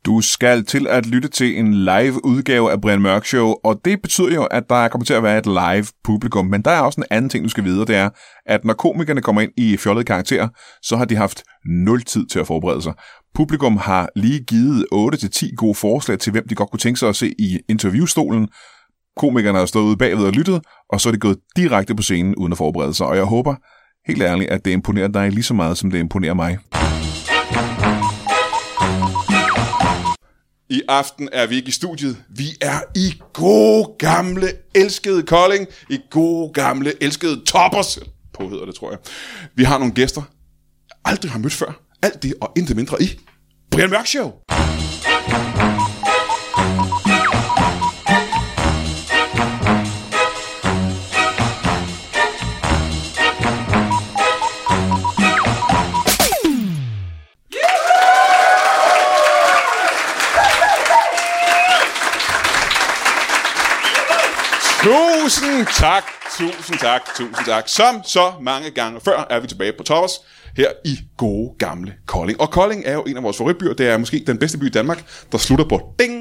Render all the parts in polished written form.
Du skal til at lytte til en live udgave af Brian Mørk Show, og det betyder jo, at der kommer til at være et live publikum. Men der er også en anden ting, du skal vide, det er, at når komikerne kommer ind i fjollede karakterer, så har de haft 0 tid til at forberede sig. Publikum har lige givet 8-10 gode forslag til, hvem de godt kunne tænke sig at se i interviewstolen. Komikerne har stået ude bagved og lyttet, og så er de gået direkte på scenen uden at forberede sig. Og jeg håber helt ærligt, at det imponerer dig lige så meget, som det imponerer mig. I aften er vi ikke i studiet. Vi er i gode, gamle, elskede Kolding. I gode, gamle, elskede Toppers. På hedder det, tror jeg. Vi har nogle gæster, jeg aldrig har mødt før. Alt det og intet mindre i Brian Mørk Show. Tusind tak. Som så mange gange før er vi tilbage på Toppers her i gode gamle Kolding. Og Kolding er jo en af vores favoritbyer. Det er måske den bedste by i Danmark, der slutter på ding.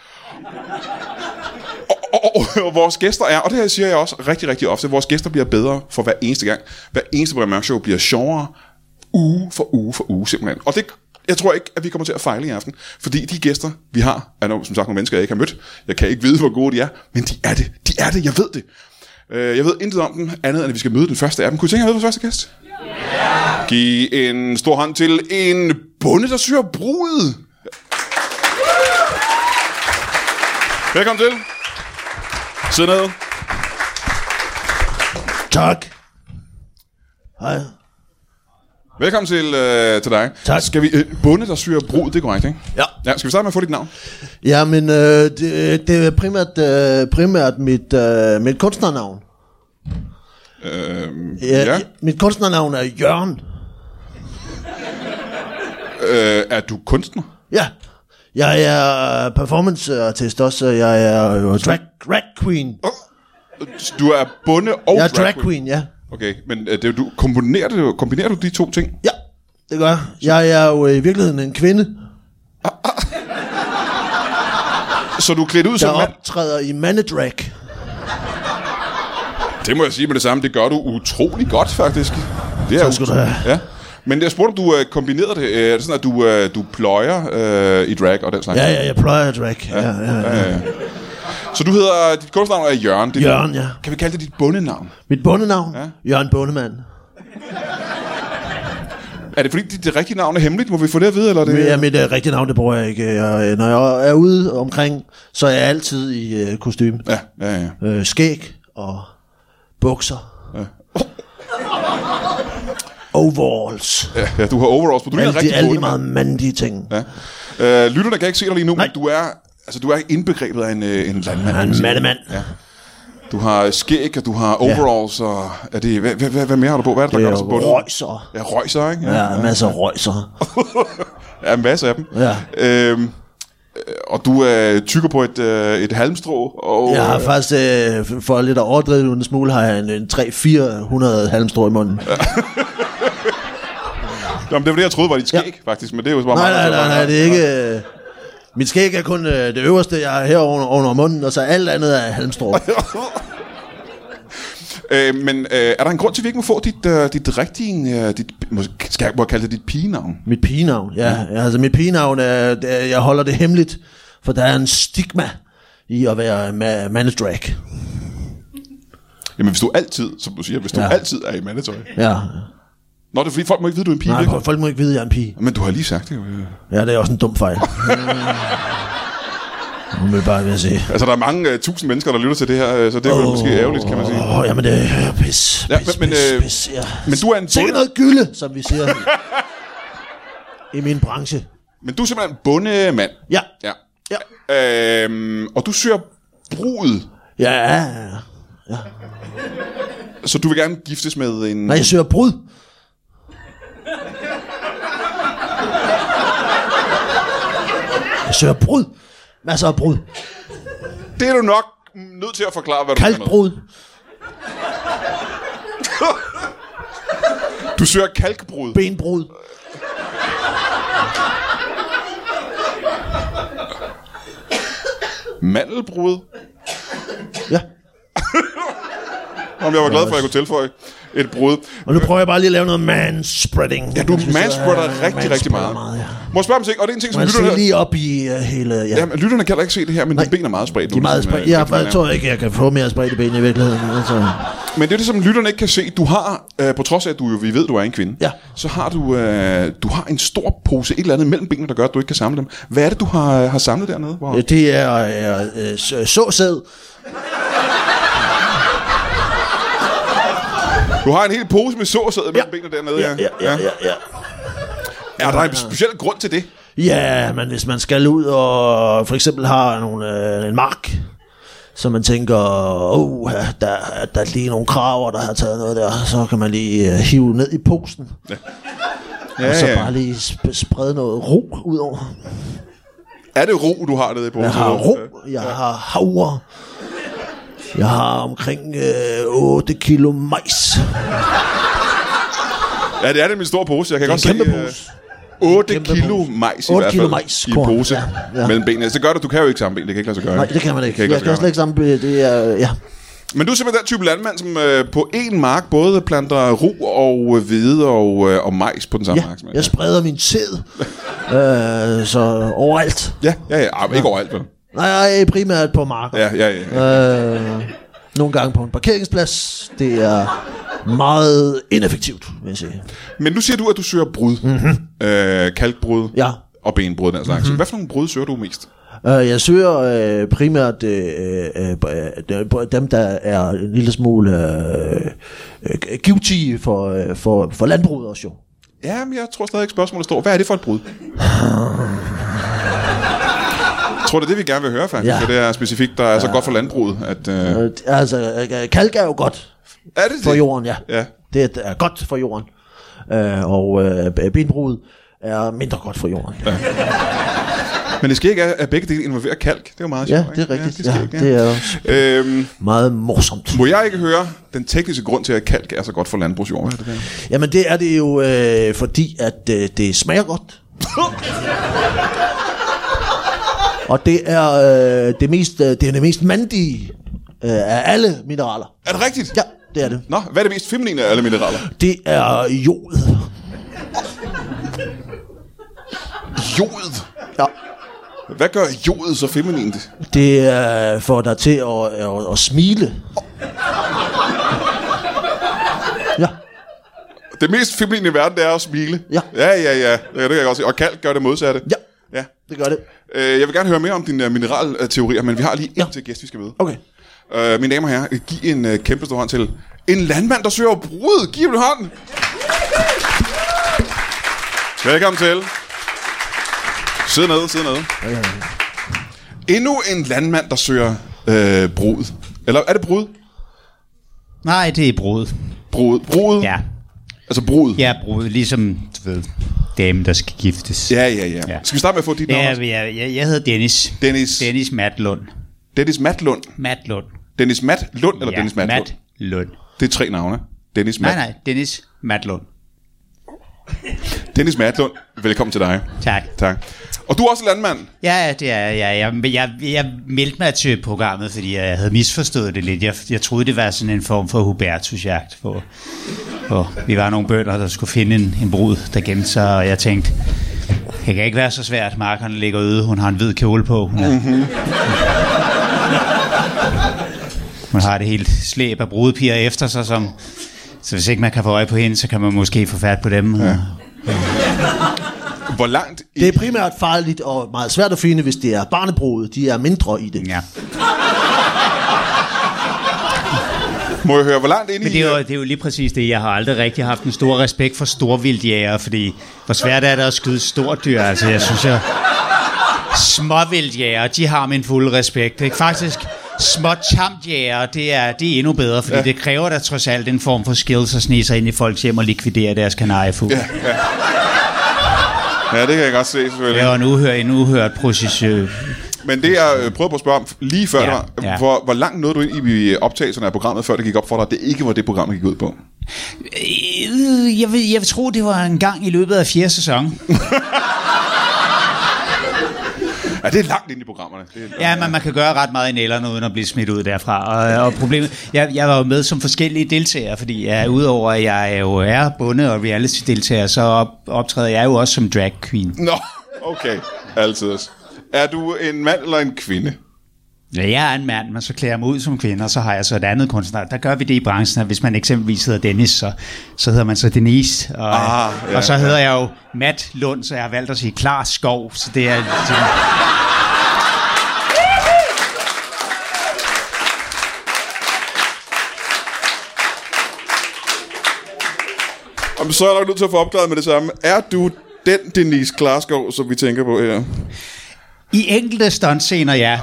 Og vores gæster er, og det her siger jeg også rigtig, rigtig ofte, vores gæster bliver bedre for hver eneste gang. Hver eneste Brian Mørk Show bliver sjovere uge for uge simpelthen. Og det, jeg tror ikke, at vi kommer til at fejle i aften, fordi de gæster, vi har, er som sagt nogle mennesker, jeg ikke har mødt. Jeg kan ikke vide, hvor gode de er, men de er det, jeg ved det. Jeg ved intet om dem, andet end at vi skal møde den første af dem. Kunne I tænke jer at møde vores første gæst? Yeah. Giv en stor hånd til en bonde, der syr brud. Velkommen til. Sid ned. Tak. Hej. Velkommen til dig. Tak. Skal vi bonde, der syr brud, det er korrekt, ikke? Ja. Skal vi starte med at få dit navn? Ja, men det er primært mit kunstnernavn. Ja. Mit kunstnernavn er Jørgen. Er du kunstner? Ja. Jeg er performanceartist også. Jeg er drag queen. Du er bonde og jeg er drag queen, ja. Okay, men kombinerer du de to ting? Ja, det gør jeg. Jeg er jo i virkeligheden en kvinde. Så du er klædt ud som mand? Jeg optræder i mandedrag. Det må jeg sige med det samme, det gør du utrolig godt faktisk. Det er så skal du have. Ja. Men jeg spurgte, om du kombinerede det. Er det sådan, at du pløjer i drag og den slags? Ja, jeg pløjer drag. Ja. Så du hedder, dit kunstnavn er Jørgen. Jørgen, ja. Kan vi kalde det dit bondenavn? Mit bondenavn? Ja. Jørgen Bondemand. Er det fordi, det rigtige navn er hemmeligt? Må vi få det at vide? Eller det? Ja, mit rigtige navn, det bruger jeg ikke. Når jeg er ude omkring, så er jeg altid i kostume. Ja. Skæg og bukser. Ja. Overalls. Ja, du har overalls på. Du er rigtig alle de meget mandige ting. Ja. Lytterne kan ikke se dig lige nu, men du er indbegrebet af en landmand. En mandemand. Ja. Du har skæg, og du har overalls, og er det, hvad mere har du på? Hvad er det, der gør dig så bundet? Røjser. Ja, røjser, ikke? Ja, masser af røjser. Ja, masser af dem. Ja. Og du tykker på et halmstrå. Og, jeg har faktisk, for lidt at overdrive en smule, har jeg en 300-400 halmstrå i munden. Ja. Jamen, det var det, jeg troede var dit skæg, faktisk, men det er jo så bare nej, det er ikke... Mit skæg er kun det øverste, jeg har her under munden, og så alt andet er halmstrå. Men er der en grund til, at vi ikke må få dit rigtige... skal jeg kalde det dit pigenavn? Mit pigenavn, ja. Altså, mit pigenavn jeg holder det hemmeligt, for der er en stigma i at være mandedrag. Jamen, hvis du altid, som du siger, altid er i mandetøj. Ja. Nå, det er fordi, folk må ikke vide, du er en pige. Nej, folk må ikke vide, at jeg er en pige. Men du har lige sagt det jo. Ja, det er også en dum fejl. Nu vil bare vil sige. Altså, der er mange tusind mennesker, der lytter til det her, så det er jo måske ærgerligt, kan man sige. Jamen, det er pis. Ja. Men du er en sikkert noget gylde, som vi siger i min branche. Men du er simpelthen en bondemand. Ja. Og du syr brud. Ja. Så du vil gerne giftes med en... Nej, jeg syr brud. Jeg syr brud. Masser af brud. Det er du nok nødt til at forklare, hvad du kaldt brud. Du syr kalkbrud. Benbrud. Mandelbrud. Ja. Om jeg var glad for, at jeg kunne tilføje et brud. Og nu prøver jeg bare lige at lave noget manspreading. Ja, du manspreader rigtig meget. Ja. Må jeg spørge om ting? Og det er en ting, som lytterne... lytterne... lige op i hele... Ja. Jamen, lytterne kan da ikke se det her, men dine ben er meget spredt. De er meget spredt. Jeg tror ikke, jeg kan få mere spredte ben i virkeligheden. Altså. Men det er det, som lytterne ikke kan se. Du har, på trods af, at vi ved, at du er en kvinde, så har du har en stor pose, et eller andet mellem benene, der gør, at du ikke kan samle dem. Hvad er det, du har samlet dernede? Hvor... Det er såsæd. Du har en hel pose med såsæd mellem benene dernede, Ja. Er der en speciel grund til det? Ja, men hvis man skal ud og for eksempel har en mark, så man tænker, der er lige nogle kraver, der har taget noget der, så kan man lige hive ned i posen. Ja, og så bare lige sprede noget ro ud over. Er det ro, du har nede i posen? Jeg har ro, jeg har havre. Jeg har omkring 8 kilo majs. Ja, det er min store pose. Jeg kan godt se... 8 kilo majs i hvert fald majs, i pose mellem benene. Så gør det, du kan jo ikke samle ben. Det kan ikke lade sig gøre. Nej, det kan man ikke. Jeg kan slet ikke samle ben. Det er, ja. Men du er simpelthen den type landmand, som på en mark både planter ro og hvede og majs på den samme mark. Jeg spreder min sæd. Så overalt. Ja. Ikke overalt, vel? Nej, primært på marker. Ja. Nogle gange på en parkeringsplads. Det er meget ineffektivt, vil jeg sige. Men nu siger du, at du søger brud. Kalkbrud og benbrud, den slags. Hvad for nogle brud søger du mest? Jeg søger primært dem, der er en lille smule givtige for landbruget også jo. Ja, men jeg tror stadig ikke spørgsmålet står. Hvad er det for et brud? Jeg tror, det er det, vi gerne vil høre, faktisk. Ja. Det er specifikt, der er så godt for landbruget. At, kalk er jo godt for jorden, ja. Det er godt for jorden. Og benbrud er mindre godt for jorden. Ja. Men det skal ikke, at begge dele involverer kalk. Det er jo meget sjovt. Ja, det er rigtigt. Det er også meget morsomt. Må jeg ikke høre den tekniske grund til, at kalk er så godt for landbrugsjorden? Jamen, det er det jo, fordi at det smager godt. Og det er det mest mandige af alle mineraler. Er det rigtigt? Ja, det er det. Nå, hvad er det mest feminine af alle mineraler? Det er jod. Jod? Ja. Hvad gør jodet så feminint? Det får dig til at smile. Ja. Det mest feminine i verden, det er at smile? Ja. Ja. Det kan jeg godt se. Og kalk gør det modsatte? Ja, det gør det. Jeg vil gerne høre mere om dine mineralteorier, men vi har lige en til gæst, vi skal møde. Okay. Mine damer og herrer, giv en kæmpe stor hånd til en landmand, der søger brud. Giv ham en hånd. Velkommen til. Sid nede. Okay. Endnu en landmand, der søger brud. Eller er det brud? Nej, det er brud. Brud? Ja. Altså brud? Ja, brud. Ligesom, du ved, damen, der skal giftes. Ja. Skal vi starte med at få dit navn? Jeg hedder Dennis. Dennis Matlund. Dennis Matlund? Matlund. Dennis Matlund eller Dennis Matlund? Matlund. Det er 3 navne. Nej, Dennis Matlund. Dennis Matlund, velkommen til dig. Tak. Og du er også landmand? Ja, det er jeg meldte mig til programmet, fordi jeg havde misforstået det lidt. Jeg troede, det var sådan en form for Hubertusjagt, hvor vi var nogle bønder, der skulle finde en brud, der gemte sig, og jeg tænkte, det kan ikke være så svært. Markerne ligger øde, hun har en hvid kjole på. Hun har det helt slæb af brudepiger efter sig, så hvis ikke man kan få øje på hende, så kan man måske få fat på dem. Ja. Hvor langt Det er primært farligt og meget svært at finde, hvis det er barnebrud. De er mindre i det. Ja. Må jeg høre, hvor langt ind i... Men det er jo lige præcis det. Jeg har aldrig rigtig haft en stor respekt for storvildtjæger, fordi hvor svært er det at skyde stort dyr. Altså, jeg synes, småvildtjæger, de har min fulde respekt. Ikke? Faktisk, små tamtjæger, det er endnu bedre, fordi det kræver da trods alt en form for skills at snige sig ind i folks hjem og likvidere deres kanariefugl. Ja, det kan jeg godt se, selvfølgelig. Det var en uhørt procession. Men det jeg prøvede på at spørge om lige før, det var, hvor langt nåede du ind i optagelsen af programmet, før det gik op for dig, at det ikke var det program, der gik ud på? Jeg vil tro, det var en gang i løbet af 4. sæson. Ja, det er langt ind i programmerne. Ja, men man kan gøre ret meget i nælderne, uden at blive smidt ud derfra. Og problemet, jeg var jo med som forskellige deltagere, fordi udover at jeg jo er bonde og reality-deltager, så optræder jeg jo også som drag queen. Nå, okay. Altid. Er du en mand eller en kvinde? Ja, jeg er en mand, men så klæder jeg mig ud som kvinde, og så har jeg så et andet kunstner. Der gør vi det i branchen, at hvis man eksempelvis hedder Dennis, så hedder man så Denise. Og så hedder jeg jo Matt Lund, så jeg har valgt at sige Klar Skov. Så det er... Og så er der nødt til at få opklaret med det samme. Er du den Denise Klarskov, som vi tænker på her? I enkelte stuntscener, ja.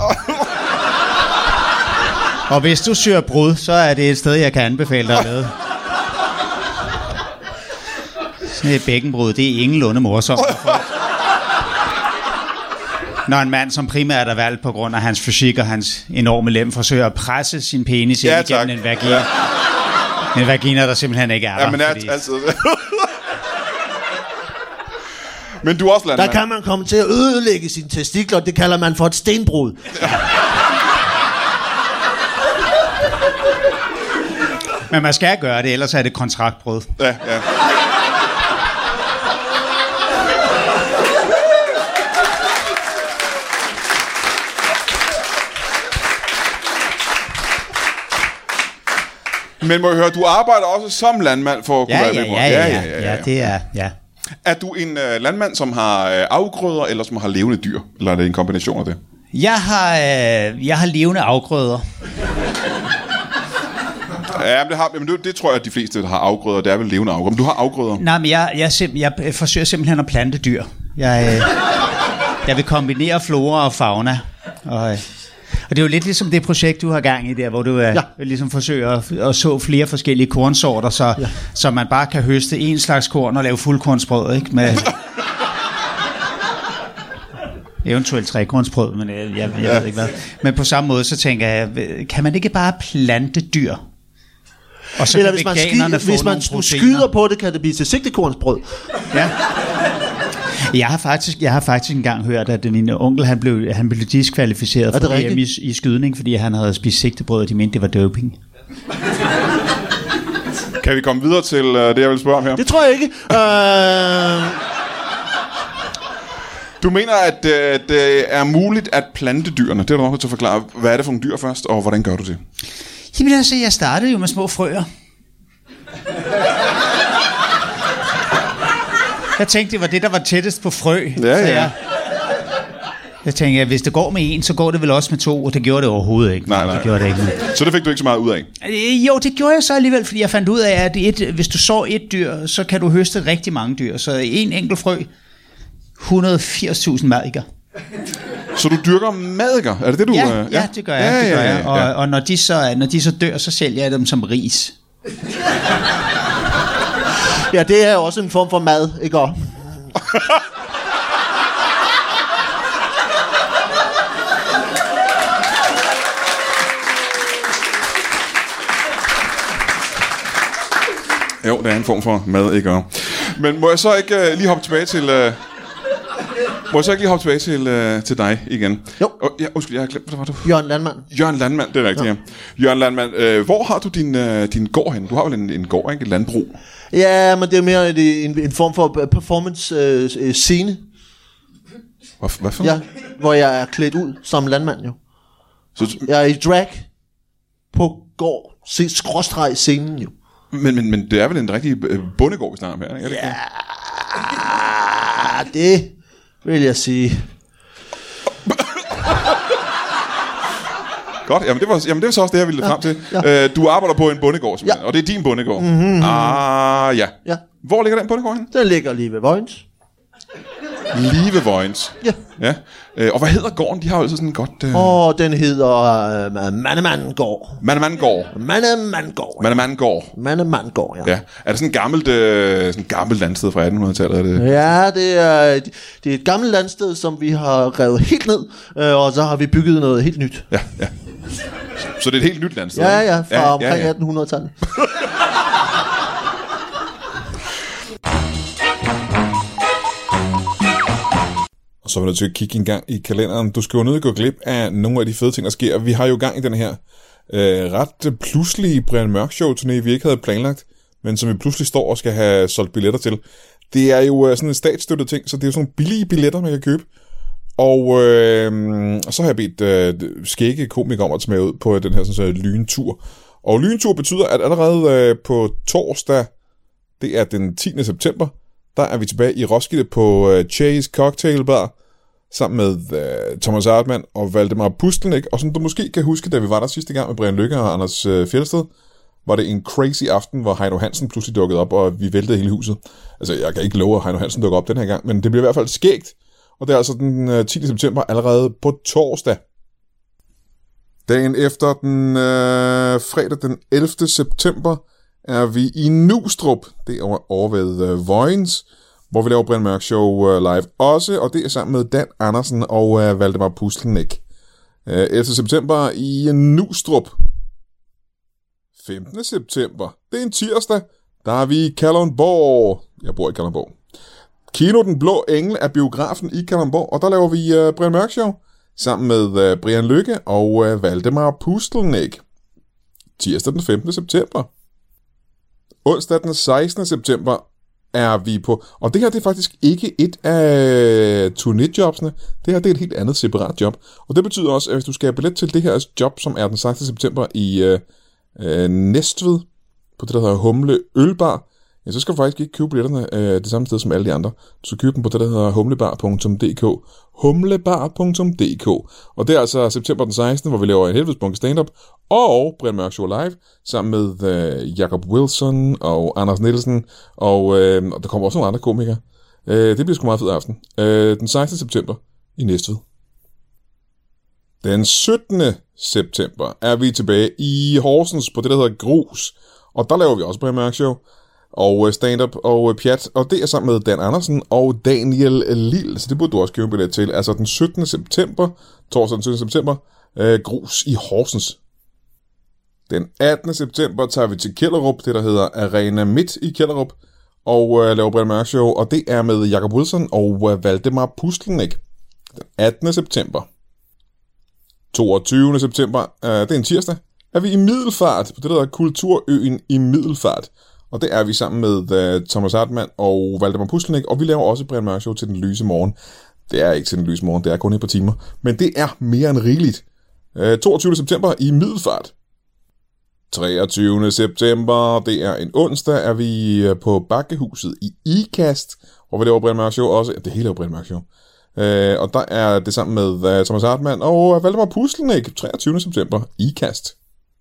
Og hvis du søger brud, så er det et sted, jeg kan anbefale dig med. Sådan et bækkenbrud, det er ingenlunde morsomt. Når en mand, som primært er valgt på grund af hans fysik og hans enorme lem, forsøger at presse sin penis ind igennem en vagina. Ja. En vagina, der simpelthen ikke er der. Ja, men altid. Men du er også landmand. Der kan man komme til at ødelægge sine testikler, det kalder man for et stenbrud. Ja. Men man skal gøre det, ellers er det kontraktbrud. Ja. Men må jeg høre, du arbejder også som landmand for at kunne være med på. Ja, det er, ja. Er du en landmand, som har afgrøder, eller som har levende dyr? Eller er det en kombination af det? Jeg har levende afgrøder. Ja, men det tror jeg, at de fleste, der har afgrøder, det er vel levende afgrøder. Men du har afgrøder? Nej, men jeg forsøger simpelthen at plante dyr. Jeg vil kombinere flora og fauna. Og det er jo lidt ligesom det projekt, du har gang i der, hvor du ligesom forsøger at så flere forskellige kornsorter, så man bare kan høste en slags korn og lave fuldkornsbrød, ikke? Med eventuelt trekornsbrød, men jeg ved ikke hvad. Men på samme måde, så tænker jeg, kan man ikke bare plante dyr? Og så eller hvis man skyder på det, kan det blive til sigtekornsbrød. Ja. Jeg har faktisk engang hørt, at min onkel han blev diskvalificeret for VM i skydning, fordi han havde spist sigtebrød, og de mente, det var doping. Kan vi komme videre til det, jeg vil spørge om her? Det tror jeg ikke. Du mener, at det er muligt at plante dyrene. Det er du nok til at forklare. Hvad er det for nogle dyr først, og hvordan gør du det? Jamen altså, jeg startede jo med små frøer. Jeg tænkte, det var det, der var tættest på frø. Ja. Jeg tænkte, at hvis det går med en, så går det vel også med to, og det gjorde det overhovedet ikke. Nej. Det gjorde det ikke. Så det fik du ikke så meget ud af? Jo, det gjorde jeg så alligevel, fordi jeg fandt ud af, at hvis du sår et dyr, så kan du høste rigtig mange dyr. Så en enkelt frø, 180.000 madikker. Så du dyrker madikker? Er det det, du... Ja, det gør jeg. Og når de så dør, så sælger jeg dem som ris. Ja, det er også en form for mad, ikke? Jo, det er en form for mad, ikke? Men må jeg så ikke lige hoppe tilbage til... dig igen? Jo. Jeg har glemt, hvad var du? Jørgen Landmand. Jørgen Landmand, det er rigtigt, ja. Jørgen Landmand, hvor har du din gård hen? Du har vel en gård, ikke? Et landbrug? Ja, men det er mere en form for performance-scene. Hvad for? Ja, hvor jeg er klædt ud som landmand, jo. Så jeg er i drag på gård, scenen, jo. Men det er vel en rigtig bondegård, vi snakker om her, ikke? Ja, det vil jeg sige. Godt, jamen det var så også det, jeg ville frem til. Ja. Du arbejder på en bondegård, simpelthen, og det er din bondegård. Mm-hmm. Ja. Hvor ligger den bondegård hen? Den ligger lige ved Vojens. Lige ved Vojens? Ja. Og hvad hedder gården? De har jo altså sådan godt... den hedder Mannemandgård. Mannemandgård, ja. Er det sådan et gammelt landsted fra 1800-tallet? Er det? Ja, det er et gammelt landsted, som vi har revet helt ned, og så har vi bygget noget helt nyt. Ja. Så det er et helt nyt landsted? Ja, fra omkring 1800-tallet. Og Så er vi nødt til at kigge en gang i kalenderen. Du skal jo nødt til at gå glip af nogle af de fede ting, der sker. Vi har jo gang i den her ret pludselige Brian Mørk Show-turné, vi ikke havde planlagt, men som vi pludselig står og skal have solgt billetter til. Det er jo sådan en statsstøttet ting, så det er jo sådan nogle billige billetter, man kan købe. Og så har jeg bedt skægge komikere om at tage med ud på den her sådan, lyntur. Og lyntur betyder, at allerede på torsdag, det er den 10. september, der er vi tilbage i Roskilde på Chase Cocktail Bar, sammen med Thomas Hartmann og Valdemar Pustelnik. Og som du måske kan huske, da vi var der sidste gang med Brian Lykke og Anders Fjeldsted, var det en crazy aften, hvor Heino Hansen pludselig dukkede op, og vi væltede hele huset. Altså, jeg kan ikke love, at Heino Hansen dukker op den her gang, men det bliver i hvert fald skægt. Og det er altså den 10. september allerede på torsdag. Dagen efter den fredag den 11. september er vi i Nustrup. Det er over ved Vojens, hvor vi laver Brian Mørk Show live også, og det er sammen med Dan Andersen og Valdemar Pustelnik. 11. september i Nustrup. 15. september, det er en tirsdag, der er vi i Kalundborg. Jeg bor i Kalundborg. Kino Den Blå Engel er biografen i Kalundborg, og der laver vi Brian Mørk Show sammen med Brian Lykke og Valdemar Pustelnik. Tirsdag den 15. september. Onsdag den 16. september er vi på, og det her det er faktisk ikke et af turnéjobsene, det her det er et helt andet separat job, og det betyder også, at hvis du skal have billet til det her job, som er den 16. september i Næstved, på det der hedder Humle Ølbar, ja, så skal du faktisk ikke købe billetterne det samme sted som alle de andre. Du skal købe dem på det der hedder humlebar.dk. Humlebar.dk. Og det er altså september den 16., hvor vi laver en helvedesbunke stand-up og Brian Mørk Show live sammen med Jacob Wilson og Anders Nielsen og der kommer også nogle andre komikere. Det bliver sgu meget fed aften. Den 16. september i Næstved. Den 17. september er vi tilbage i Horsens på det der hedder Grus. Og der laver vi også Brian Mørk Show og stand-up og pjat, og det er sammen med Dan Andersen og Daniel Lille, så det burde du også købe billet til. Altså den 17. september, torsdag den 17. september, Grus i Horsens. Den 18. september tager vi til Kjellerup, det der hedder Arena Midt i Kjellerup, og laver Brian Mørk Show, og det er med Jacob Wilson og Valdemar Pustelnik. Den 18. september. 22. september, det er en tirsdag, er vi i Middelfart, på det der hedder Kulturøen i Middelfart. Og det er vi sammen med Thomas Hartmann og Valdemar Pustelnik, og vi laver også Brian Mørk Show til den lyse morgen. Det er ikke til den lyse morgen, det er kun et par timer, men det er mere end rigeligt. 22. september i Middelfart. 23. september, det er en onsdag, er vi på Bakkehuset i Ikast, hvor vi laver Brian Mørk Show også. Det hele er Brian Mørk Show. Og der er det sammen med Thomas Hartmann og Valdemar Pustelnik. 23. september, Ikast.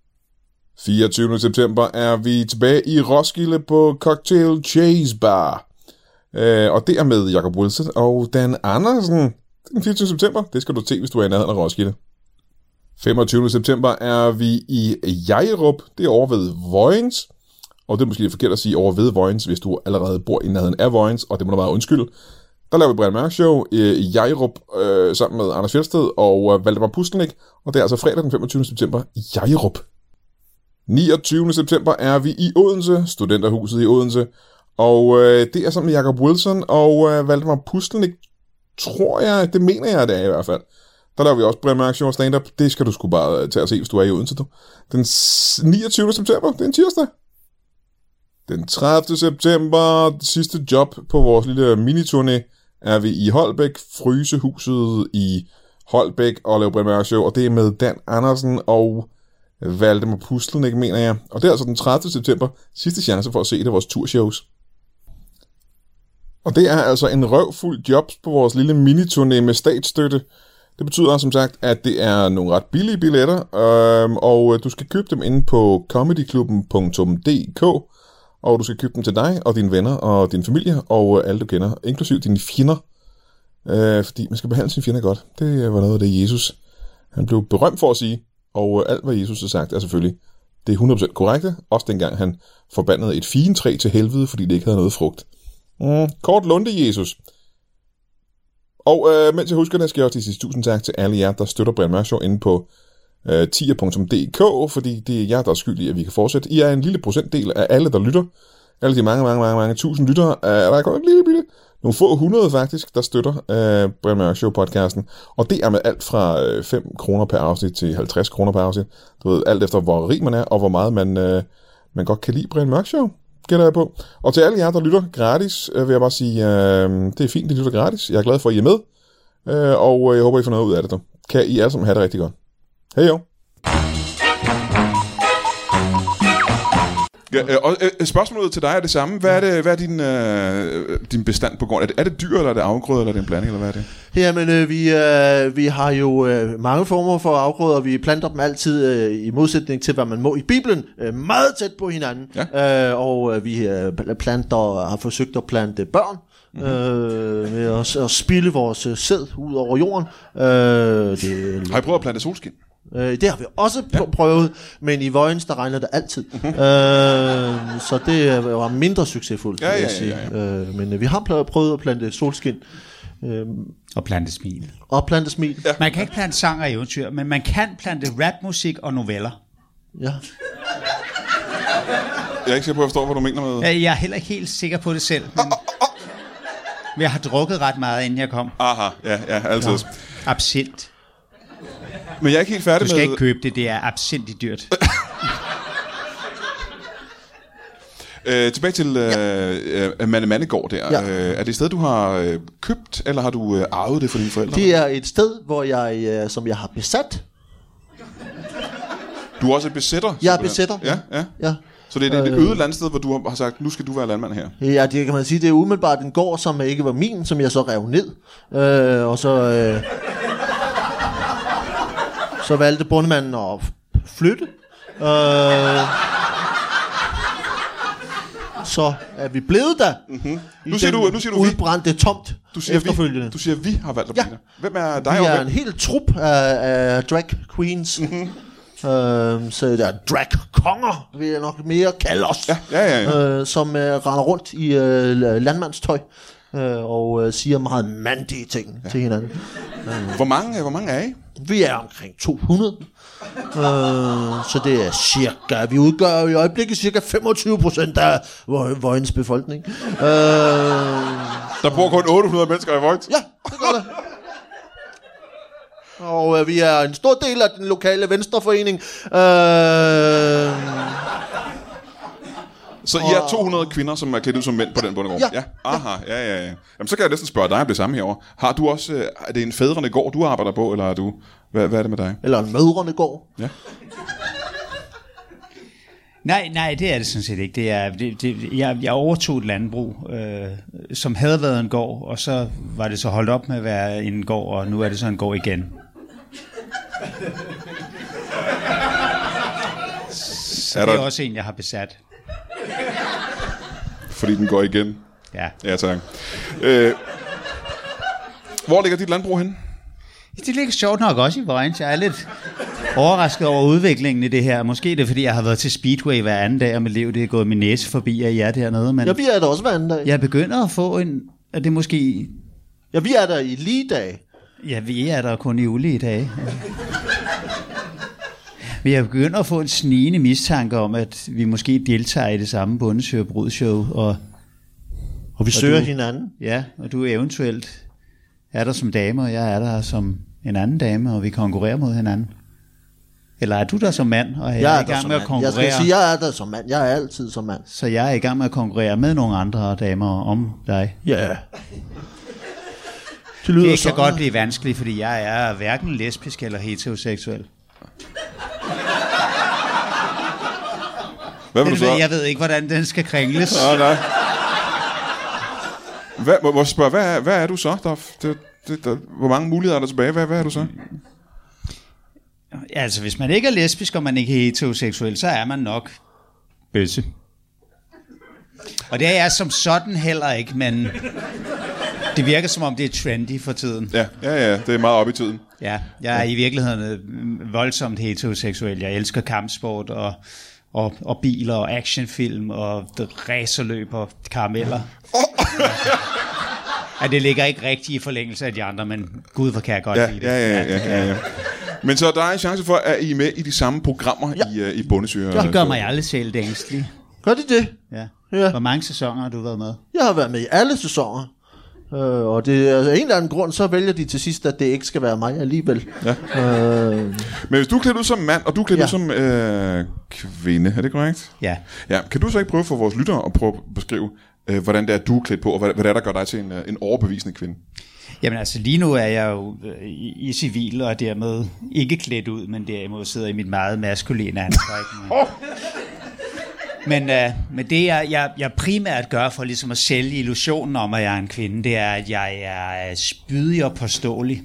24. september er vi tilbage i Roskilde på Cocktail Chase Bar. Og det er med Jacob Wilson og Dan Andersen. Den 24. september, det skal du til, hvis du er i nærheden af Roskilde. 25. september er vi i Jajerup, det er over ved Vojens. Og det er måske forkert at sige over ved Vojens, hvis du allerede bor i nærheden af Vojens, og det må du meget undskylde. Der laver vi Brian Mørk Show i Jajerup sammen med Anders Fjeldsted og Valdemar Pustelnik. Og det er altså fredag den 25. september i Jajerup. 29. september er vi i Odense, Studenterhuset i Odense, og det er sammen med Jacob Wilson og Valdemar Pustelnik, tror jeg, det mener jeg, det er i hvert fald. Der laver vi også Brian Mørk Show stand-up, det skal du sgu bare tage og se, hvis du er i Odense, du. Den 29. september, det er en tirsdag. Den 30. september, det sidste job på vores lille miniturné, er vi i Holbæk, Frysehuset i Holbæk, og laver Brian Mørk Show, og det er med Dan Andersen og Valdemar Pustelnik, mener jeg. Og det er altså den 30. september, sidste chance for at se det vores turshows. Og det er altså en røvfuld jobs på vores lille miniturné med statsstøtte. Det betyder som sagt, at det er nogle ret billige billetter, og du skal købe dem inde på comedyklubben.dk, og du skal købe dem til dig og dine venner og din familie og alle du kender, inklusiv dine fjender, fordi man skal behandle sine fjender godt. Det var noget af det Jesus, han blev berømt for at sige. Og alt, hvad Jesus har sagt, er selvfølgelig, det er 100% korrekte. Også dengang han forbandede et figentræ til helvede, fordi det ikke havde noget frugt. Kort lunde, Jesus. Og mens jeg husker det, skal jeg også sige tusind tak til alle jer, der støtter Brian Mørk Show inde på tier.dk, fordi det er jer, der er skyld i, at vi kan fortsætte. I er en lille procentdel af alle, der lytter. alle de mange tusind lyttere. Der er godt lidt nogle få 100 faktisk, der støtter Brian Mørk Show podcasten. Og det er med alt fra 5 kroner per afsnit til 50 kroner per afsnit. Du ved, alt efter hvor rig man er, og hvor meget man godt kan lide Brian Mørk Show, gætter jeg på. Og til alle jer, der lytter gratis, vil jeg bare sige, det er fint, at I lytter gratis. Jeg er glad for, at I er med. Og jeg håber, I får noget ud af det. Kan I alle sammen have det rigtig godt. Hej jo. Ja, og spørgsmålet til dig er det samme. Hvad er din bestand på gården? Er det dyr, eller er det afgrøder, eller er det en blanding, eller hvad er det? Jamen, vi har jo mange former for afgrøder. Vi planter dem altid i modsætning til, hvad man må i Bibelen, meget tæt på hinanden. Ja. Og vi har forsøgt at plante børn. Med at spilde vores sæd ud over jorden. Har I prøvet at plante solskin? Det har vi også prøvet, men i Vojens, der regner det altid. Så det var mindre succesfuldt, vil jeg sige. Men vi har prøvet at plante solskin. Og plante smil. Ja. Man kan ikke plante sang og eventyr, men man kan plante rapmusik og noveller. Ja. Jeg er ikke sikker på, at jeg forstår, hvad du mener med... Jeg er heller ikke helt sikker på det selv, men jeg har drukket ret meget, inden jeg kom. Aha, ja, altid. Ja. Absint. Men jeg er ikke helt færdig med... Du skal ikke købe det, det er absindigt dyrt. Tilbage til Mandegård der. Ja. Er det et sted, du har købt, eller har du arvet det for dine forældre? Det er et sted, hvor som jeg har besat. Du er også et besætter? Jeg er besætter. Ja. Så det er et øde landsted, hvor du har sagt, nu skal du være landmand her? Ja, det kan man sige. Det er umiddelbart en gård, som ikke var min, som jeg så rev ned. Og så... Så valgte bondemanden at flytte. Så er vi blevet der. Mm-hmm. Nu siger du udbrændte tomt efterfølgende. Du siger, vi har valgt at blive der. Hvem er dig? Vi er en hel trup af drag queens. Mm-hmm. Så der er drag-konger, vil jeg nok mere kalde os. Ja. Som render rundt i landmandstøj. Og siger meget mandige ting til hinanden. Hvor mange er I? Vi er omkring 200. Så det er cirka... Vi udgør i øjeblikket cirka 25% af Vojens befolkning. Der bor kun 800 mennesker i Vojens? Ja, det gør det. Og vi er en stor del af den lokale venstreforening. Så I er 200 kvinder, som er klædt ud som mænd på den bondegård? Ja. Aha, ja. Jamen, så kan jeg næsten spørge dig om det samme herovre. Har du også... Er det en fædrende gård, du arbejder på, eller er du... Hvad er det med dig? Eller en mødrende gård? Ja. Nej, det er det sådan set ikke. Det er, jeg overtog et landbrug, som havde været en gård, og så var det så holdt op med at være en gård, og nu er det så en gård igen. Så det er også en, jeg har besat. Fordi den går igen? Ja, tak. Hvor ligger dit landbrug henne? Det ligger sjovt nok også i Vojens. Jeg er lidt overrasket over udviklingen i det her. Måske det er, fordi jeg har været til Speedway hver anden dag, og mit liv det er gået min næse forbi, og I er dernede. Men ja, vi er der også hver anden dag. Jeg begynder at få en... Er det måske... Ja, vi er der i lige dag. Ja, vi er der kun i ulige dage. Vi har begyndt at få en snigende mistanke om, at vi måske deltager i det samme bondesøgerbrudshow. Og vi søger hinanden. Ja, og du eventuelt er der som dame, og jeg er der som en anden dame, og vi konkurrerer mod hinanden. Eller er du der som mand, og jeg er i gang med at konkurrere? Jeg skal sige, jeg er der som mand. Jeg er altid som mand. Så jeg er i gang med at konkurrere med nogle andre damer om dig? Ja. Det kan godt blive vanskeligt, fordi jeg er hverken lesbisk eller heteroseksuel. Hvad vil du så? Jeg ved ikke, hvordan den skal kringles. Nej. Hvad er du så? Hvor mange muligheder er der tilbage? Hvad er du så? Altså, hvis man ikke er lesbisk, og man ikke er heteroseksuel, så er man nok bøsse. Og det er jeg som sådan heller ikke, men det virker som om, det er trendy for tiden. Ja, det er meget op i tiden. Ja, jeg er i virkeligheden voldsomt heteroseksuel. Jeg elsker kampsport og biler og actionfilm og racerløb og karameller. Ja, det ligger ikke rigtig i forlængelse af de andre, men gud, hvor kan jeg godt lide det. Ja. Men så der er en chance for, at I er med i de samme programmer i Bondesøger. Det gør mig aldrig selv ængstelig. Gør de det? Ja. Ja. Hvor mange sæsoner har du været med? Jeg har været med i alle sæsoner. Og det er en eller anden grund, så vælger de til sidst, at det ikke skal være mig alligevel. Ja. Men hvis du er klædt ud som mand, og du er klædt ud som kvinde, er det korrekt? Ja. Ja. Kan du så ikke prøve for vores lyttere at prøve at beskrive, hvordan det er, du er klædt på, og hvad det er, der gør dig til en overbevisende kvinde? Jamen altså lige nu er jeg jo i civil, og dermed ikke klædt ud, men derimod sidder i mit meget maskuline antræk. Men det jeg primært gør for ligesom at sælge illusionen om, at jeg er en kvinde, det er, at jeg er spydig og påståelig.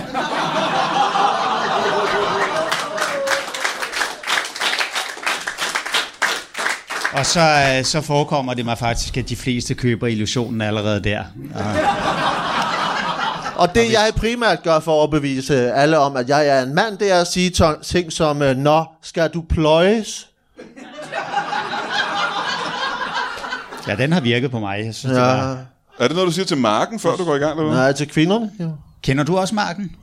Og så forekommer det mig faktisk, at de fleste køber illusionen allerede der. Og det jeg primært gør for at overbevise alle om, at jeg er en mand, det er at sige ting som, nå, skal du pløjes? Ja, den har virket på mig. Jeg synes, ja. Er det noget, du siger til Marken, før du går i gang? Eller hvad? Nej, til kvinderne. Ja. Kender du også Marken?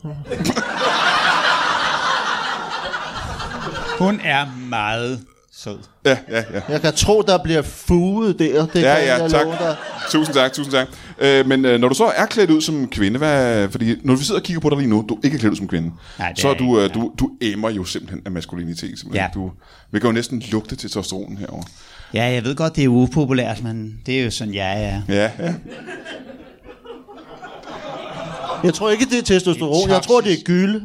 Hun er meget sød. Ja. Jeg kan tro, der bliver fuget der. Det ja, kan jeg tak. love dig. Tusind tak. Men når du så er klædt ud som kvinde, fordi når vi sidder og kigger på dig lige nu, du er ikke klædt ud som kvinde, nej, så du emmer jo simpelthen af maskulinitet. Ja. Vi kan jo næsten lugte til testosteronen herovre. Ja, jeg ved godt, det er upopulært, men det er jo sådan, jeg er. Ja. Jeg tror ikke, det er testosteron. Jeg tror, det er gylde.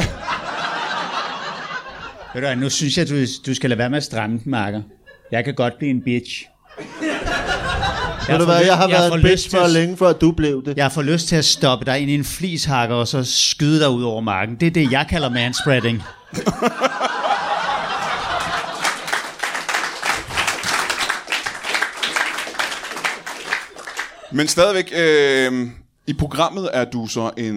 Ved du, nu synes jeg, du skal lade være med at stramme den, Marker. Jeg kan godt blive en bitch. Jeg har været en bitch for længe, før du blev det. Jeg får lyst til at stoppe dig ind i en flishakker, og så skyde dig ud over marken. Det er det, jeg kalder manspreading. Men stadigvæk, i programmet er du så en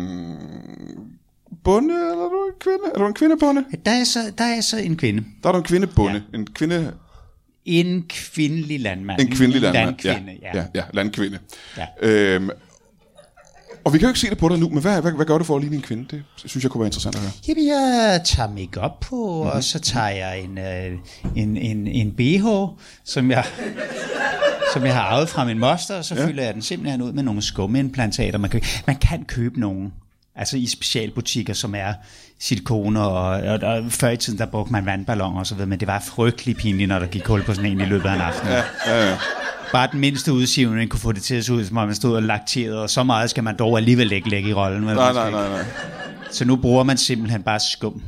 bonde, eller er du en kvinde? Er du en kvindebonde? Der er så en kvinde. Der er du en kvindebonde. Ja. En kvindelig landmand. En kvindelig landmand, landkvinde, ja, landkvinde. Ja. Og vi kan jo ikke se det på dig nu, men hvad gør du for at ligne en kvinde? Det synes jeg kunne være interessant at høre. Jamen, jeg tager make-up på, og så tager jeg en BH, som jeg har arvet fra min moster, og så fylder jeg den simpelthen ud med nogle skumimplantater. Man kan købe nogle, altså i specialbutikker, som er silikone, og før i tiden, der brugte man vandballoner og så videre, men det var frygtelig pinligt, når der gik hul på sådan en i løbet af en aften. Ja. Bare den mindste udsivning kunne få det til at se ud, som om man stod og lakterede, og så meget skal man dog alligevel ikke lægge i rollen. Nej. Så nu bruger man simpelthen bare skum,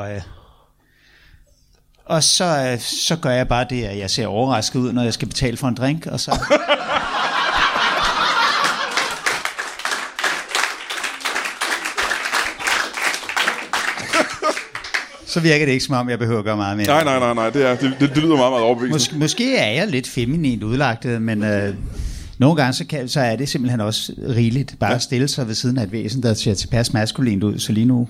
og så gør jeg bare det, at jeg ser overrasket ud, når jeg skal betale for en drink, og så... Så virker det ikke, som om jeg behøver at gøre meget mere. Nej. Det lyder meget, meget overbevisende. Måske er jeg lidt feminint udlagt, men nogle gange så er det simpelthen også rigeligt. Bare at stille sig ved siden af et væsen, der ser tilpas maskulint ud. Så lige nu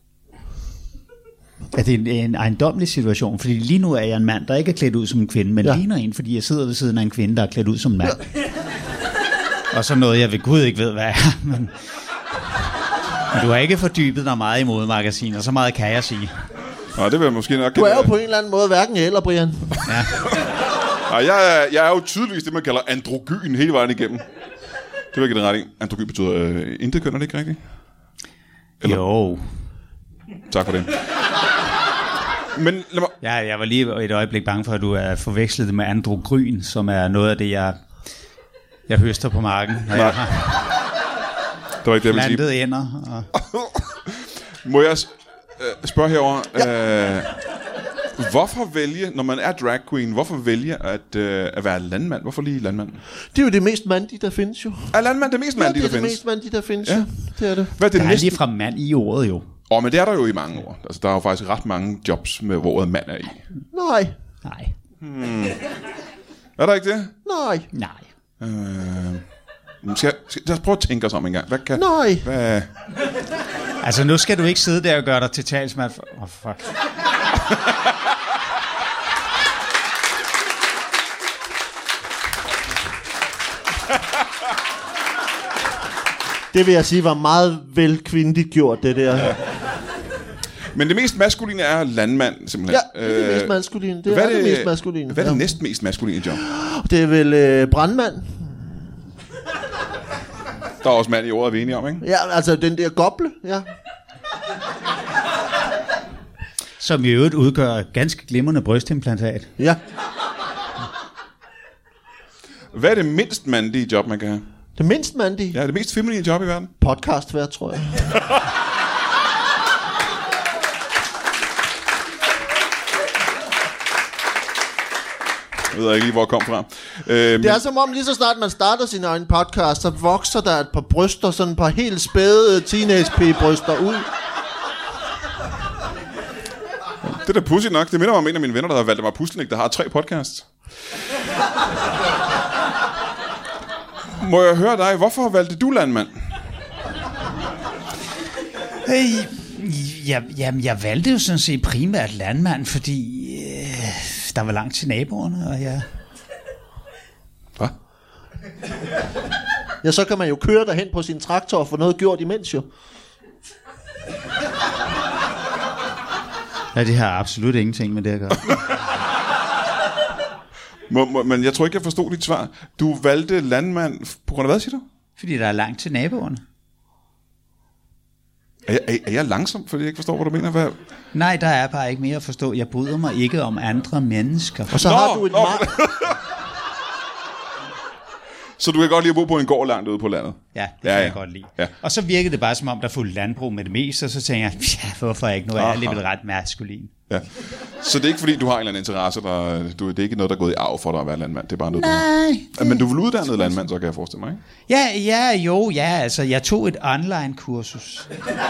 er det en ejendommelig situation. Fordi lige nu er jeg en mand, der ikke er klædt ud som en kvinde, men ligner en, fordi jeg sidder ved siden af en kvinde, der er klædt ud som en mand. Og så noget, jeg ved Gud ikke ved, hvad er. Men du har ikke fordybet dig meget i modemagasiner, så meget kan jeg sige. Nej, det vil jeg måske nok... Du er jo på en eller anden måde hverken eller, Brian. Ja. Nej, jeg er jo tydeligvis det, man kalder androgyn hele vejen igennem. Det var ikke det ret i. Androgyn betyder intet køn, er det ikke rigtigt? Eller? Jo. Tak for det. Men lad mig... Ja, jeg var lige et øjeblik bange for, at du er forvekslet det med androgryn, som er noget af det, jeg høster på marken. Nej. Det var ikke det, jeg ville sige. Plantet ender. Må jeg spørge herover, hvorfor vælge, når man er drag queen, hvorfor vælge at være landmand? Hvorfor lige landmand? Det er jo det mest mandige, der findes jo. Er landmand det mest mandige, der findes? det er det mest mandige, der findes jo. Det er det. Hvad er det der næste? er lige fra mand i ordet jo. Men det er der jo i mange år. Altså, der er jo faktisk ret mange jobs, med hvor ordet mand er i. Nej. Er der ikke det? Nej. Lad os prøve at tænke os om en gang. Nej. Altså, nu skal du ikke sidde der og gøre dig til talsmand for... fuck. Det vil jeg sige var meget velkvindeligt gjort, det der. Men det mest maskuline er landmand, simpelthen. Ja, det er det mest maskuline. Det er det mest maskuline. Hvad er det næstmest maskuline job? Det er vel brandmand. Der er også mand i ordet, vi er enige om, ikke? Ja, altså den der goble, ja. Som i øvrigt udgør ganske glimrende brystimplantat. Ja. Hvad er det mindst mandige job, man kan have? Det mindst mandige? Ja, det mest feminine job i verden. Podcastvært, tror jeg. Jeg ved ikke lige, hvor jeg kom fra. Det er som om, lige så snart man starter sin egen podcast, så vokser der et par bryster, sådan et par helt spæde teenage-pige-bryster ud. Det er da pudsigt nok. Det minder mig om en af mine venner, der har valgt mig Puslenik, der har 3 podcasts. Må jeg høre dig, hvorfor valgte du landmand? Jeg valgte jo sådan set primært landmand, fordi der var langt til naboerne, og jeg... Hvad? Ja, så kan man jo køre derhen på sin traktor og få noget gjort imens jo. Ja, det har absolut ingenting med det at gøre. Men jeg tror ikke, jeg forstod dit svar. Du valgte landmand på grund af hvad, siger du? Fordi der er langt til naboerne. Er jeg langsom, fordi jeg ikke forstår, hvad du mener? Hvad? Nej, der er bare ikke mere at forstå. Jeg bryder mig ikke om andre mennesker. Og så har du et mark. Så du kan godt lide at bo på en gård langt ude på landet? Ja, det kan jeg godt lide. Ja. Og så virkede det bare som om, der fulgte landbrug med det meste, og så tænker jeg, ja, hvorfor ikke? Nu er jeg alligevel ret maskulin. Ja. Så det er ikke fordi, du har en eller anden interesse, det er ikke noget, der er gået i arv for dig at være landmand, det er bare noget, Nej. Men du vil uddannet landmand, så kan jeg forestille mig, ikke? Ja, altså, jeg tog et online-kursus.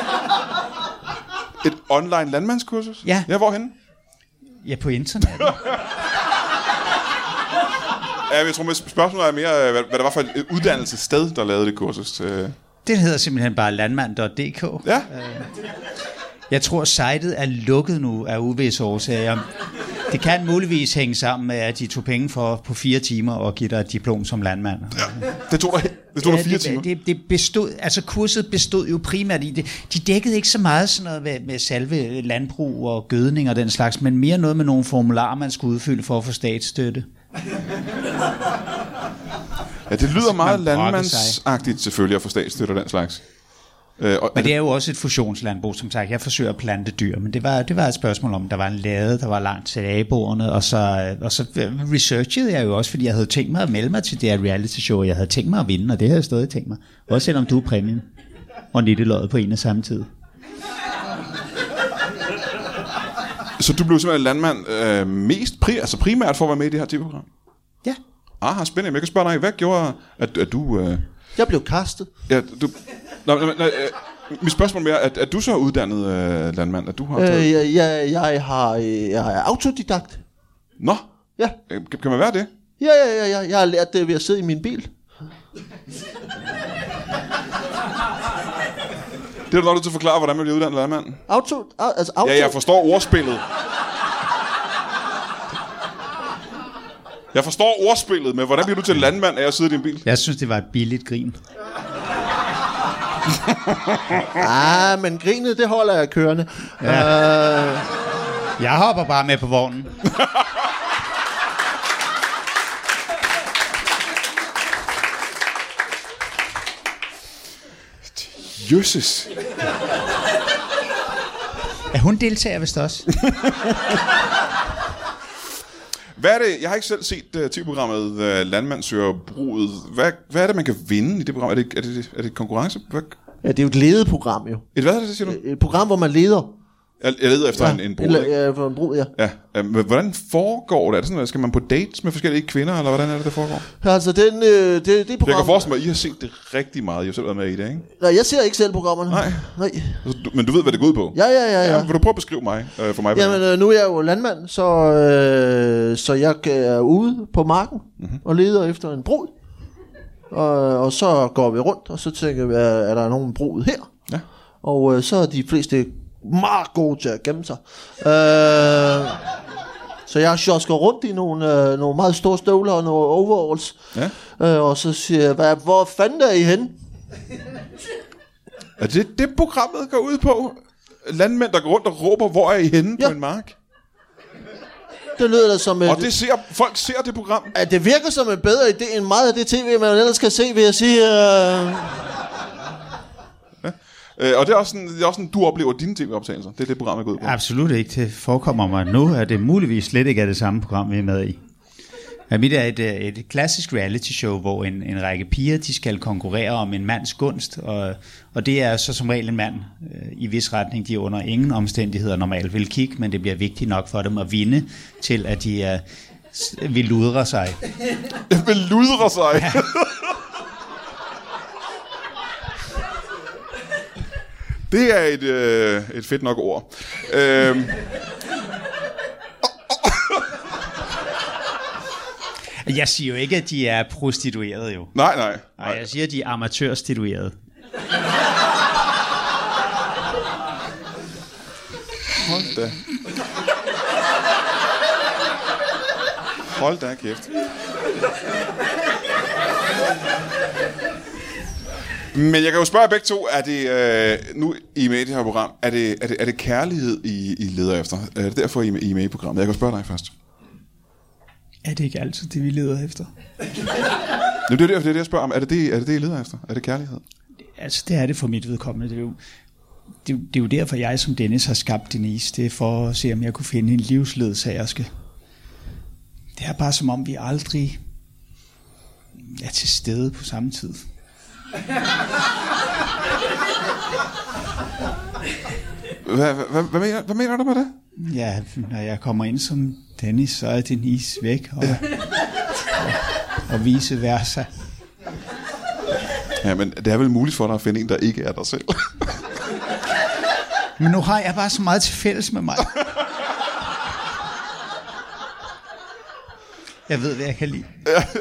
Et online landmandskursus? Ja. Ja, hvorhenne? Ja, på internettet. Ja, jeg tror, spørgsmålet er mere, hvad der var for et uddannelsessted, der lavede det kursus. Det hedder simpelthen bare landmand.dk. Ja. Jeg tror, sitet er lukket nu af uvisse årsager. Det kan muligvis hænge sammen med, at de tog penge for på 4 timer og give dig et diplom som landmand. Ja, det tog dig 4 timer. Det bestod, altså kurset bestod jo primært i det. De dækkede ikke så meget sådan noget med selve landbrug og gødning og den slags, men mere noget med nogle formularer, man skulle udfylde for at få statsstøtte. Ja, det lyder meget landmandsagtigt selvfølgelig at få statsstøtte og den slags. Men det er jo også et fusionslandbrug, som sagt. Jeg forsøger at plante dyr, men det var et spørgsmål om, der var en lade, der var langt til naboerne, og så researchede jeg jo også, fordi jeg havde tænkt mig at melde mig til det her reality show, jeg havde tænkt mig at vinde, og det havde jeg stadig tænkt mig. Også selvom du er præmien og nitteløjet på en og samme tid. Så du blev simpelthen landmand primært for at være med i det her tv-program? Ja. Aha, spændende. Men jeg kan spørge dig, hvad gjorde, at du... Jeg blev castet. Ja, du... Mit spørgsmål mere, at du så er uddannet landmand, at du har taget... Jeg er autodidakt. Nå? Ja. Kan man være det? Ja. Jeg har lært det ved at sidde i min bil. Det er du nok nødt til at forklare, hvordan man bliver uddannet landmand. Auto. Ja, jeg forstår ordspillet. Jeg forstår ordspillet, men hvordan bliver du til landmand af at sidde i din bil? Jeg synes, det var et billigt grin. Men grinet, det holder jeg kørende. Ja. Jeg hopper bare med på vognen. Jøsses. Ja, hun deltager vist også. Hvad er det? Jeg har ikke selv set tv-programmet Landmand søger bruget. Hvad er det, man kan vinde i det program? Er det konkurrence? Ja, det er jo et ledeprogram jo. Et hvad er det, siger du? Et program, hvor man leder. Jeg leder efter en brud, ikke? Ja, for en brud, ja. Ja. Hvordan foregår det? Er det sådan, skal man på dates med forskellige kvinder, eller hvordan er det foregår? Altså, det program... Jeg kan forestille mig, at I har set det rigtig meget. I har selv været med i det, ikke? Nej, jeg ser ikke selv programmerne. Nej. Men du ved, hvad det går ud på? Ja. Vil du prøve at beskrive mig? For mig? Jamen, nu er jeg jo landmand, så jeg er ude på marken og leder efter en brud. Og så går vi rundt, og så tænker vi, er der nogen brud her? Ja. Og så er de fleste meget gode til at gemme sig. Så jeg sjosker rundt i nogle meget store støvler og nogle overalls. Ja. Og så siger jeg, hvor fanden er I henne? Er det programmet går ud på? landmænd, der går rundt og råber, hvor er I henne på en mark? Det lyder da som... Og folk ser det program? At det virker som en bedre idé end meget af det tv, man ellers skal se, vil jeg sige. Og det er også sådan, du oplever dine tv-optagelser. Det er det program, jeg går ud på. Absolut ikke. Det forekommer mig nu, at det muligvis slet ikke er det samme program, vi er med i. Ja, mit er et klassisk reality show, hvor en række piger, de skal konkurrere om en mands gunst, og det er så som regel en mand i vis retning, de under ingen omstændigheder normalt vil kigge, men det bliver vigtigt nok for dem at vinde, til at de vil ludre sig. Vil ludre sig? Ja. Det er et fedt nok ord. Jeg siger jo ikke, at de er prostituerede jo. Nej. Nej, jeg siger, at de er amatørstituerede. Hold da kæft. Men jeg kan jo spørge begge to, er det nu I med i det her program, er det kærlighed, I leder efter? Er det derfor, I er med i programmet? Jeg kan spørge dig først. Er det ikke altid det, vi leder efter? Det er det, jeg spørger om. Er det det, I leder efter? Er det kærlighed? Altså, det er det for mit vedkommende. Det er jo derfor, jeg som Dennis har skabt Denise. Det er for at se, om jeg kunne finde en livsledsagerske. Det er bare som om, vi aldrig er til stede på samme tid. Hvad mener du med det? Ja, når jeg kommer ind som Dennis, så er Denise væk, og vice versa. Ja, men det er vel muligt for dig at finde en, der ikke er dig selv. Men nu har jeg bare så meget til fælles med mig. Jeg ved, hvad jeg kan lide.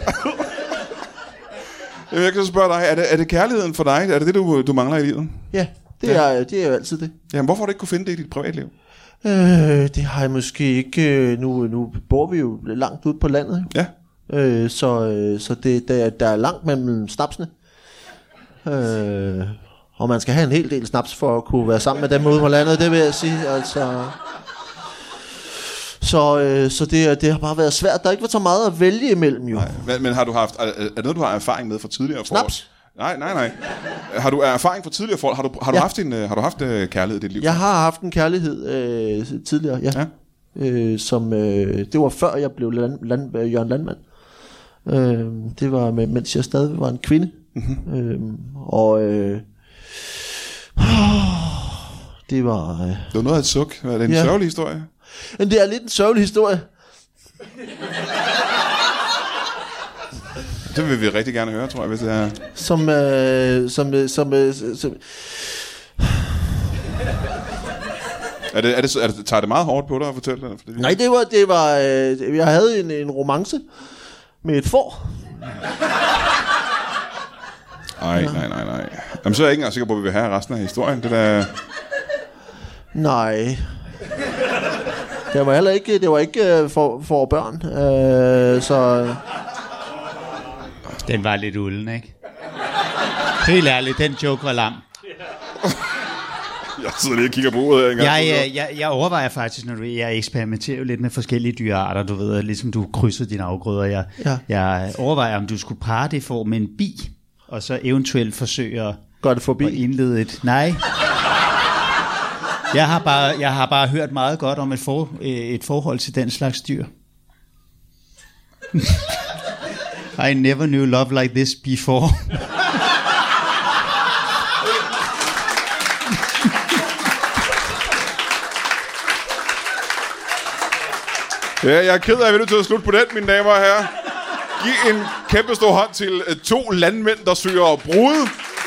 Jamen, jeg kan så spørge dig, er det kærligheden for dig? Er det du mangler i livet? Ja, det er jo altid det. Jamen, hvorfor har du ikke kunne finde det i dit privatliv? Det har jeg måske ikke. Nu bor vi jo langt ude på landet. Ja. Så der er langt mellem snapsene. Og man skal have en hel del snaps for at kunne være sammen med dem ude på landet, det vil jeg sige. Altså. Så det har bare været svært. Der har ikke været så meget at vælge imellem jo. Nej, men har du haft, er det noget, du har erfaring med fra tidligere forhold? Snaps? Nej. Har du erfaring fra tidligere forhold? Har du haft kærlighed i dit liv? Jeg har haft en kærlighed tidligere, ja. Det var før jeg blev Jørgen Landmand. Det var mens jeg stadig var en kvinde. Mm-hmm. Det var... Det var noget af et suk. Er det en sørgelig historie? Men det er lidt en sørgelig historie. Det vil vi rigtig gerne høre, tror jeg, hvis det er... Tager det meget hårdt på dig at fortælle det? Nej, det var jeg havde en romance med et får. Nej. Jamen, så er jeg ikke engang sikker på, at vi vil have resten af historien. Det der... Nej. Det var ikke for børn. Så... Den var lidt ulden, ikke? Helt ærligt, den joke var lang. Jeg sidder lige og kigger på ordet her. Jeg overvejer faktisk, når jeg eksperimenterer jo lidt med forskellige dyrearter, du ved, ligesom du krydser dine afgrøder. Jeg overvejer, om du skulle parre det for med en bi, og så eventuelt forsøge at indlede et... Nej. Jeg har bare hørt meget godt om et forhold til den slags dyr. I never knew love like this before. Ja, jeg er ked af, at vi er nødt til at slutte på den, mine damer og herrer. Giv en kæmpe stor hånd til 2 landmænd, der søger brude.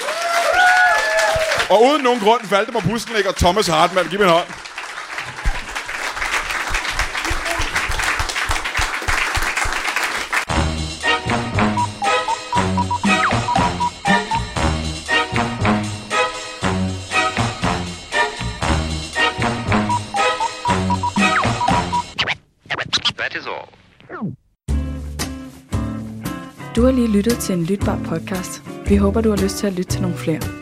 Og uden nogen grund, Valdemar Pustelnik og Thomas Hartmann. Giv mig en hånd. Du har lige lyttet til en lytbar podcast. Vi håber, du har lyst til at lytte til nogle flere.